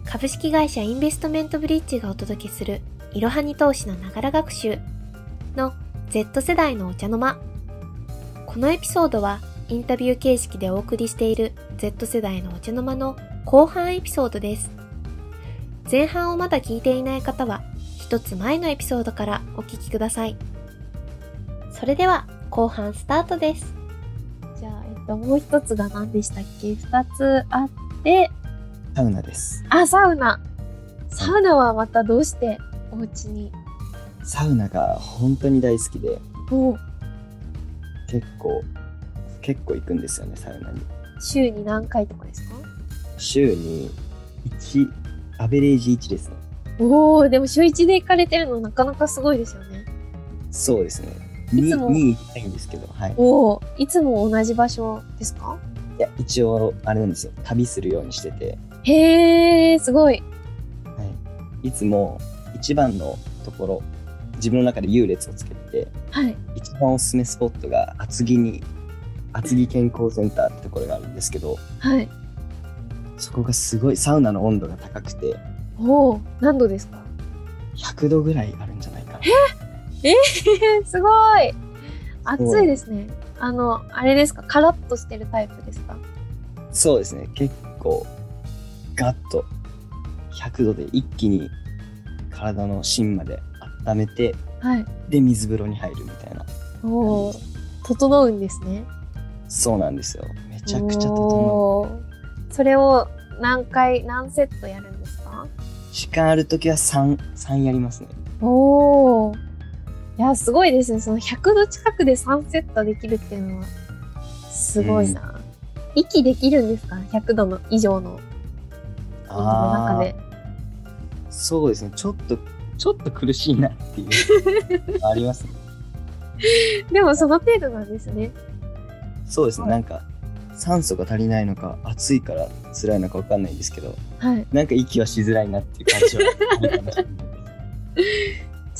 株式会社インベストメントブリッジがお届けするいろはに投資のながら学習の Z 世代のお茶の間。このエピソードはインタビュー形式でお送りしている Z 世代のお茶の間の後半エピソードです。前半をまだ聞いていない方は一つ前のエピソードからお聞きください。それでは後半スタートです。じゃあ、もう一つが何でしたっけ？二つあって、 サウナです。 サウナ。サウナはまたどうしてお家に？ サウナが本当に大好きで、結構行くんですよね、サウナに。 週に何回とかですか？ 週に1、アベレージ1ですね。 でも週1で行かれてるのなかなかすごいですよね。 そうですね。 いつも 2行きたいんですけど、はい。 いつも同じ場所ですか？ いや、一応あれなんですよ。旅するようにしてて、 へー、すごい。 はい。いつも一番のところ、自分の中で優劣をつけて、 はい。 一番おすすめスポットが厚木健康センターってところがあるんですけど、 はい。 そこがすごいサウナの温度が高くて、 何度ですか 100度ぐらいあるんじゃないかな。 すごい。暑いですね。あれですか？カラッとしてるタイプですか？ そうですね。結構ガッと100度で一気に体の芯まで温めて、 はい。 で水風呂に入るみたいな。 整うんですね。 そうなんですよ。めちゃくちゃ整う。 それを何セットやるんですか？ 時間あるときは3やりますね。 いや、すごいですね。その100度近くで3セットできるっていうのはすごいな。息できるんですか？100度の以上の温度の中で。 そうですね。ちょっと苦しいなっていうありますね。 でもその程度なんですね。 そうですね。なんか酸素が足りないのか暑いから辛いのか分かんないんですけど、なんか息はしづらいなっていう感じはあるかもしれないです。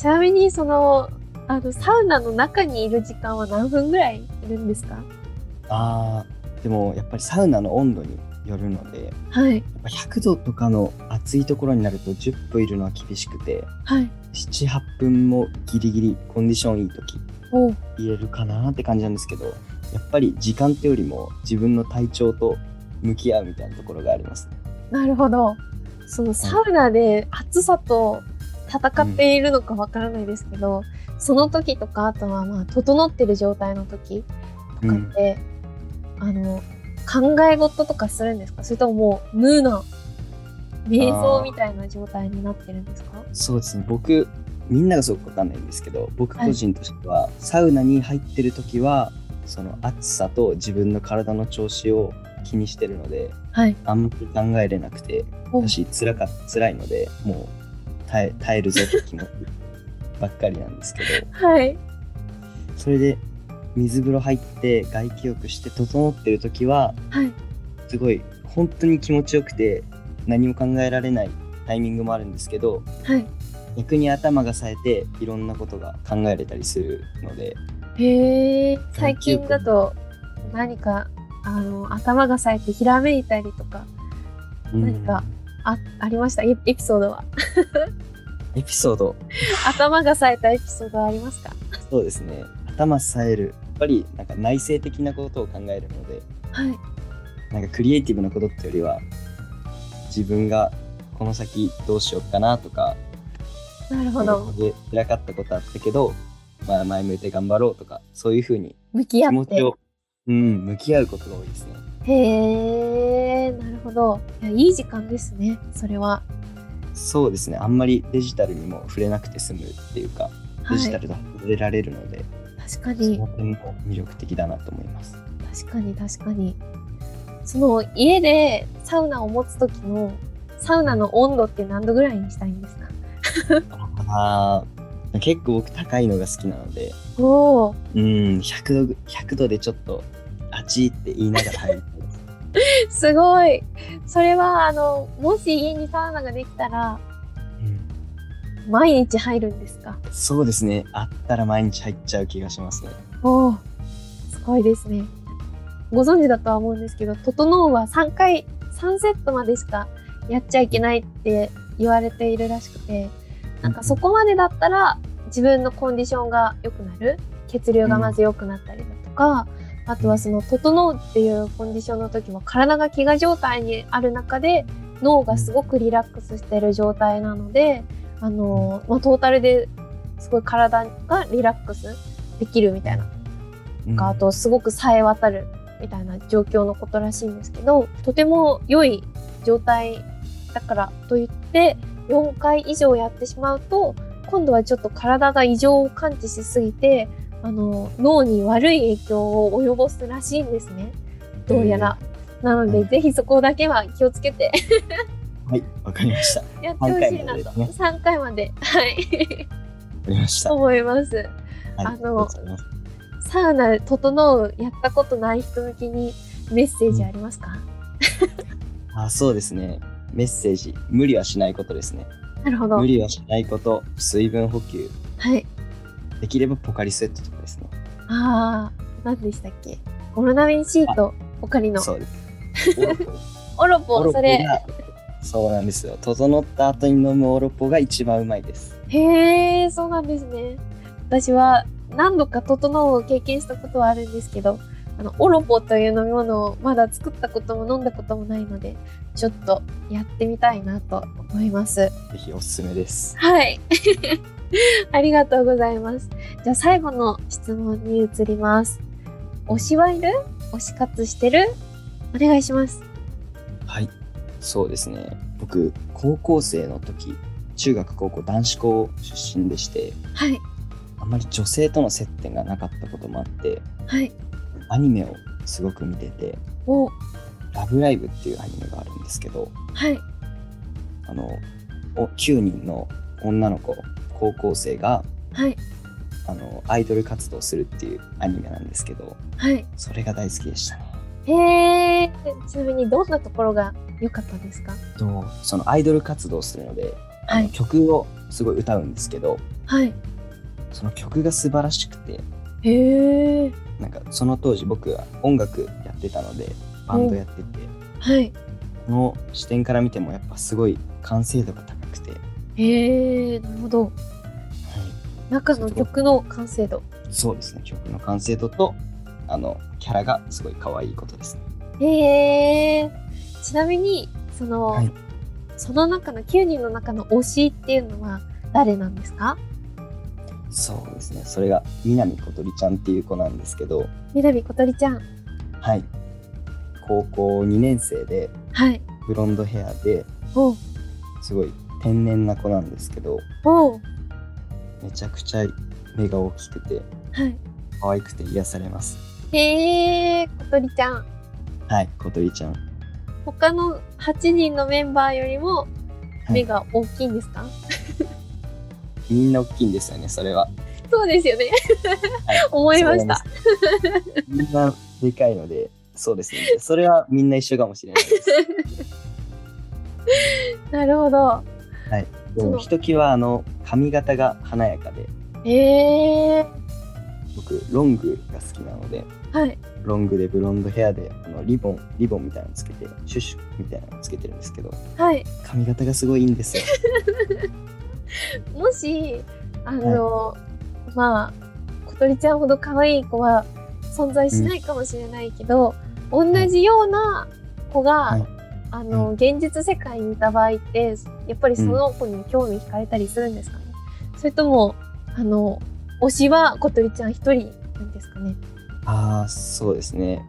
ちなみにサウナの中にいる時間は何分ぐらいいるんですか？ でもやっぱりサウナの温度によるので、やっぱ100度とかの暑いところになると10分いるのは厳しくて、7、8分もギリギリコンディションいい時入れるかなって感じなんですけど、やっぱり時間ってよりも自分の体調と向き合うみたいなところがありますね。 なるほど。そのサウナで暑さと戦っているのかわからないですけど、その時とか、あとは整ってる状態の時とかって、考え事とかするんですか？それとももう無の瞑想みたいな状態になってるんですか？ そうですね。みんながすごくわかんないんですけど、僕個人としては、サウナに入ってる時はその暑さと自分の体の調子を気にしてるので、あんまり考えれなくて、私辛いので、もう耐えるぞって気持ちばっかりなんですけど、それで水風呂入って外気浴して整ってる時は、すごい本当に気持ちよくて何も考えられないタイミングもあるんですけど、逆に頭が冴えていろんなことが考えれたりするので。 最近だと何か頭が冴えてひらめいたりとか、何かありました？エピソードはエピソード頭が冴えたエピソードはありますか？ そうですね。頭冴える、やっぱりなんか内省的なことを考えるので、なんかクリエイティブなことってよりは自分がこの先どうしようかなとか、 なるほど。 で辛かったことあったけど、前向いて頑張ろうとか、そういうふうに気持ちを向き合うことが多いですね。 なるほど。いい時間ですね、それは。 そうですね。あんまりデジタルにも触れなくて済むっていうか、デジタルと触れられるので、 確かにその点も魅力的だなと思います。 確かに。その家でサウナを持つ時のサウナの温度って何度ぐらいにしたいんですか？ 結構僕高いのが好きなので、100度でちょっとあちって言いながら入る。 すごい。それはもし家にサウナができたら、毎日入るんですか？ そうですね。あったら毎日入っちゃう気がしますね。 すごいですね。ご存知だとは思うんですけど、整うは3セットまでしかやっちゃいけないって言われているらしくて、なんかそこまでだったら自分のコンディションが良くなる、血流がまず良くなったりだとか、あとはその整うっていうコンディションの時も体が飢餓状態にある中で脳がすごくリラックスしてる状態なので、トータルですごい体がリラックスできるみたいな、あとすごく冴え渡るみたいな状況のことらしいんですけど、とても良い状態だからといって4回以上やってしまうと、今度はちょっと体が異常を感知しすぎて脳に悪い影響を及ぼすらしいんですね、どうやら。なので、ぜひそこだけは気をつけてはい、わかりました。 やってほしいなと。3回まで、はい、 わかりました。 思います。 はい、 サウナ整うやったことない人向きにメッセージありますか？ そうですね。メッセージ、無理はしないことですね。 なるほど。 無理はしないこと、水分補給。 はい。 できればポカリスエットとかですね。 何でしたっけ？オロナミン C とポカリの。 そうです。 オロポ、それ。 そうなんですよ。整った後に飲むオロポが一番うまいです。 へー、そうなんですね。私は何度か整うを経験したことはあるんですけど、オロポという飲み物をまだ作ったことも飲んだこともないので、ちょっとやってみたいなと思います。ぜひおすすめです。 はい。ありがとうございます。じゃあ最後の質問に移ります。推しはいる？推し活してる？お願いします。 はい、そうですね。僕、高校生の時、中学高校男子校出身でして、 はい。 あんまり女性との接点がなかったこともあって、 はい。 アニメをすごく見てて、ラブライブっていうアニメがあるんですけど、 はい。 9人の女の子、高校生が、 はい。 アイドル活動するっていうアニメなんですけど、 はい。 それが大好きでしたね。 へー。ちなみにどんなところが良かったですか？ そのアイドル活動するので、 はい、 曲をすごい歌うんですけど、 はい、 その曲が素晴らしくて、 へー。 なんかその当時僕は音楽やってたのでバンドやってて、 はい、 この視点から見てもやっぱすごい完成度が高くて、 へー、なるほど、はい、中の曲の完成度。 そうですね、曲の完成度とキャラがすごい可愛いことですね。へー。ちなみにその中の9人の中の推しっていうのは誰なんですか？ そうですね、それが南ことりちゃんっていう子なんですけど。 南ことりちゃん、 はい、高校2年生で、 はい、 ブロンドヘアで、すごい天然な子なんですけど、めちゃくちゃ目が大きくて、はい、可愛くて癒されます。 へー、ことりちゃん。 はい、ことりちゃん。 他の8人のメンバーよりも目が大きいんですか？はい、 みんな大きいんですよね、それは。 そうですよね。はい、思いました。 みんなでかいので、そうですね。それはみんな一緒かもしれないです。 なるほど。はい。でもひときわ髪型が華やかで。僕ロングが好きなので。はい。ロングでブロンドヘアでリボンみたいなのつけてシュッシュみたいなのつけてるんですけど、はい、髪型がすごいいいんですよ。 もしまあことりちゃんほど可愛い子は存在しないかもしれないけど、同じような子が、現実世界にいた場合ってやっぱりその子に興味惹かれたりするんですかね？それとも推しはことりちゃん一人なんですかね？ そうですね。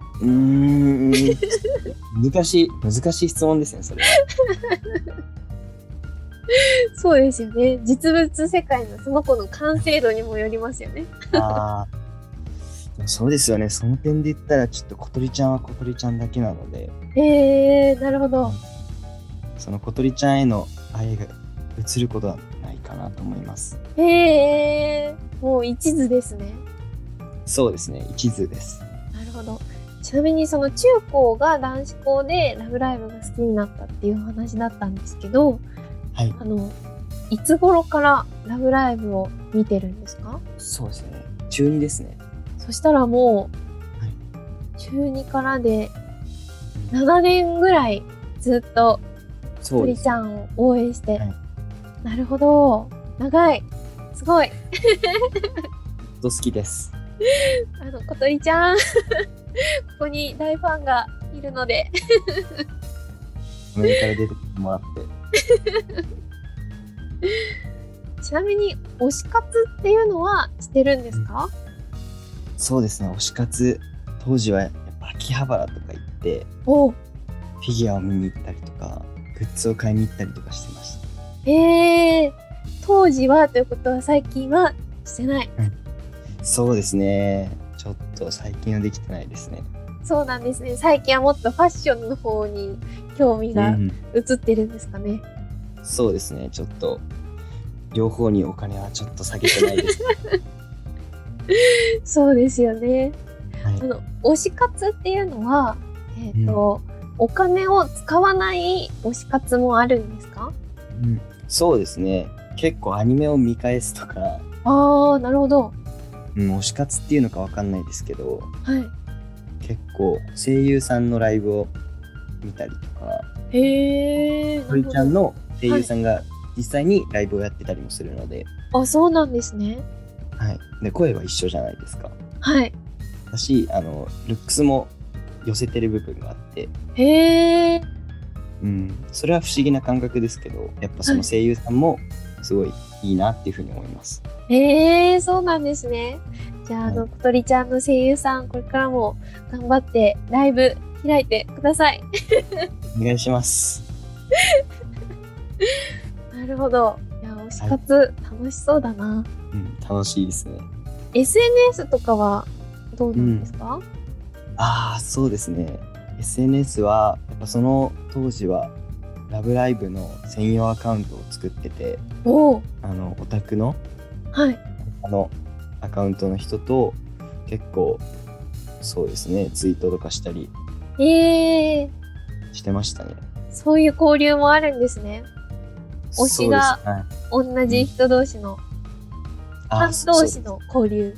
難しい質問ですね、それは。 そうですよね。実物世界のその子の完成度にもよりますよね。 そうですよね。その点で言ったらちょっとことりちゃんはことりちゃんだけなので。 なるほど。 そのことりちゃんへの愛が移ることはないかなと思います。 もう一途ですね。 そうですね、一途です。 なるほど。ちなみにその中高が男子校でラブライブが好きになったっていう話だったんですけど、はい、いつ頃からラブライブを見てるんですか？ そうですね、中2ですね。 そしたらもう、中2からで7年ぐらいずっと小鳥ちゃんを応援して。はい、なるほど。長い。すごい。 好きです。 小鳥ちゃんここに大ファンがいるので画面から出てきてもらってちなみに推し活っていうのはしてるんですか？ そうですね、推し活当時はやっぱ秋葉原とか行ってフィギュアを見に行ったりとかグッズを買いに行ったりとかしてました。 当時はということは最近はしてない、 そうですね、ちょっと最近はできてないですね。 そうなんですね。最近はもっとファッションの方に興味が移ってるんですかね。 そうですね、ちょっと両方にお金はちょっと下げてないですそうですよね、推し活っていうのは、お金を使わない推し活もあるんですか？ そうですね、結構アニメを見返すとか。 なるほど。 推し活っていうのかわかんないですけど、結構声優さんのライブを見たりとか、鳥ちゃんの声優さんが実際にライブをやってたりもするので。 そうなんですね。 で声は一緒じゃないですか。だしルックスも寄せてる部分があって、それは不思議な感覚ですけど、やっぱその声優さんもすごいいいなっていうふうに思います。 そうなんですね。じゃあ小鳥ちゃんの声優さん、これからも頑張ってライブ開いてくださいお願いしますなるほど。いや、推し活楽しそうだな。 楽しいですね。 SNS とかはどうなんですか？ そうですね、 SNS はやっぱその当時はラブライブの専用アカウントを作ってて、オタクのアカウントの人と結構そうですね、ツイートとかしたりしてましたね。 そういう交流もあるんですね。推しが同じ人同士の、ファン同士の交流。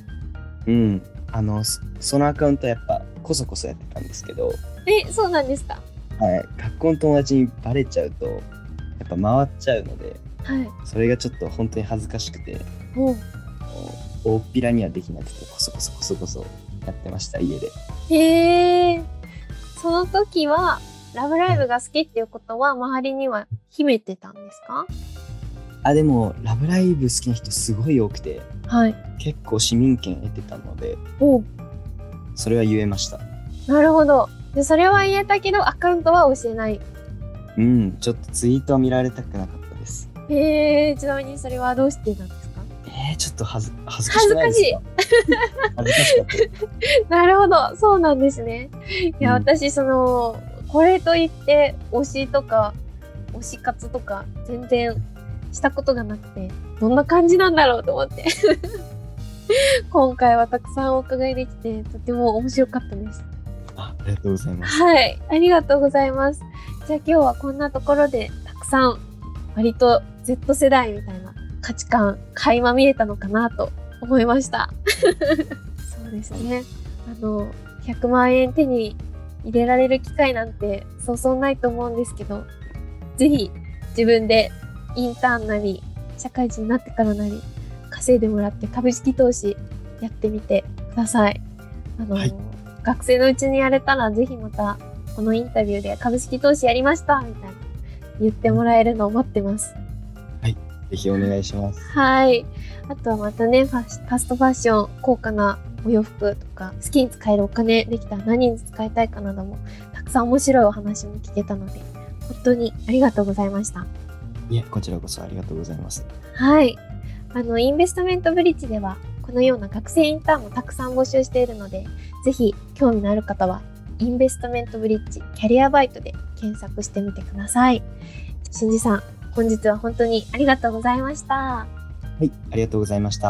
そのアカウントやっぱこそこそやってたんですけど。 そうなんですか？ 学校の友達にバレちゃうとやっぱ回っちゃうので、それがちょっと本当に恥ずかしくて大っぴらにはできなくてこそこそやってました、家で。 その時はラブライブが好きっていうことは周りには秘めてたんですか？ でもラブライブ好きな人すごい多くて、結構市民権得てたのでそれは言えました。 なるほど。でそれは言えたけどアカウントは教えない。 ちょっとツイートは見られたくなかったです。 ちなみにそれはどうしてなんですか？ ちょっと恥ずかしくないですか？恥ずかしかった。 なるほど、そうなんですね。いや、私これといって推しとか推し活とか全然したことがなくて、どんな感じなんだろうと思って今回はたくさんお伺いできてとても面白かったです。 ありがとうございます。 ありがとうございます。じゃあ今日はこんなところでたくさん割と Z 世代みたいな価値観垣間見えたのかなと思いましたそうですね、100万円手に入れられる機会なんてそうそうないと思うんですけど、ぜひ自分でインターンなり社会人になってからなり稼いでもらって株式投資やってみてください。学生のうちにやれたらぜひまたこのインタビューで株式投資やりましたみたいな言ってもらえるのを待ってます。 ぜひお願いします。 あとはまたね、ファストファッション、高価なお洋服とか好きに使えるお金できたら何に使いたいかなどもたくさん面白いお話も聞けたので本当にありがとうございました。 こちらこそありがとうございます。 インベストメントブリッジではこのような学生インターンもたくさん募集しているので、ぜひ興味のある方はインベストメントブリッジキャリアバイトで検索してみてください。しんじさん、本日は本当にありがとうございました。 ありがとうございました。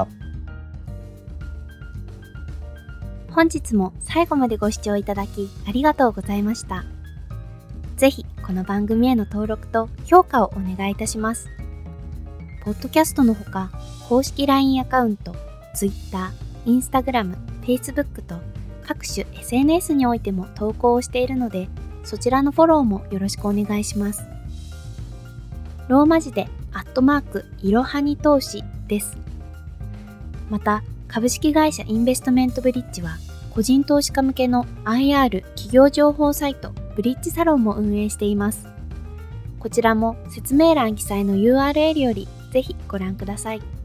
本日も最後までご視聴いただきありがとうございました。ぜひこの番組への登録と評価をお願いいたします。ポッドキャストのほか、公式 LINE アカウント、Twitter、Instagram、Facebook と各種 SNS においても投稿をしているので、そちらのフォローもよろしくお願いします。 ローマ字でいろはに投資です。また、株式会社インベストメントブリッジは、個人投資家向けの IR 企業情報サイトブリッジサロンも運営しています。こちらも説明欄記載の URL よりぜひご覧ください。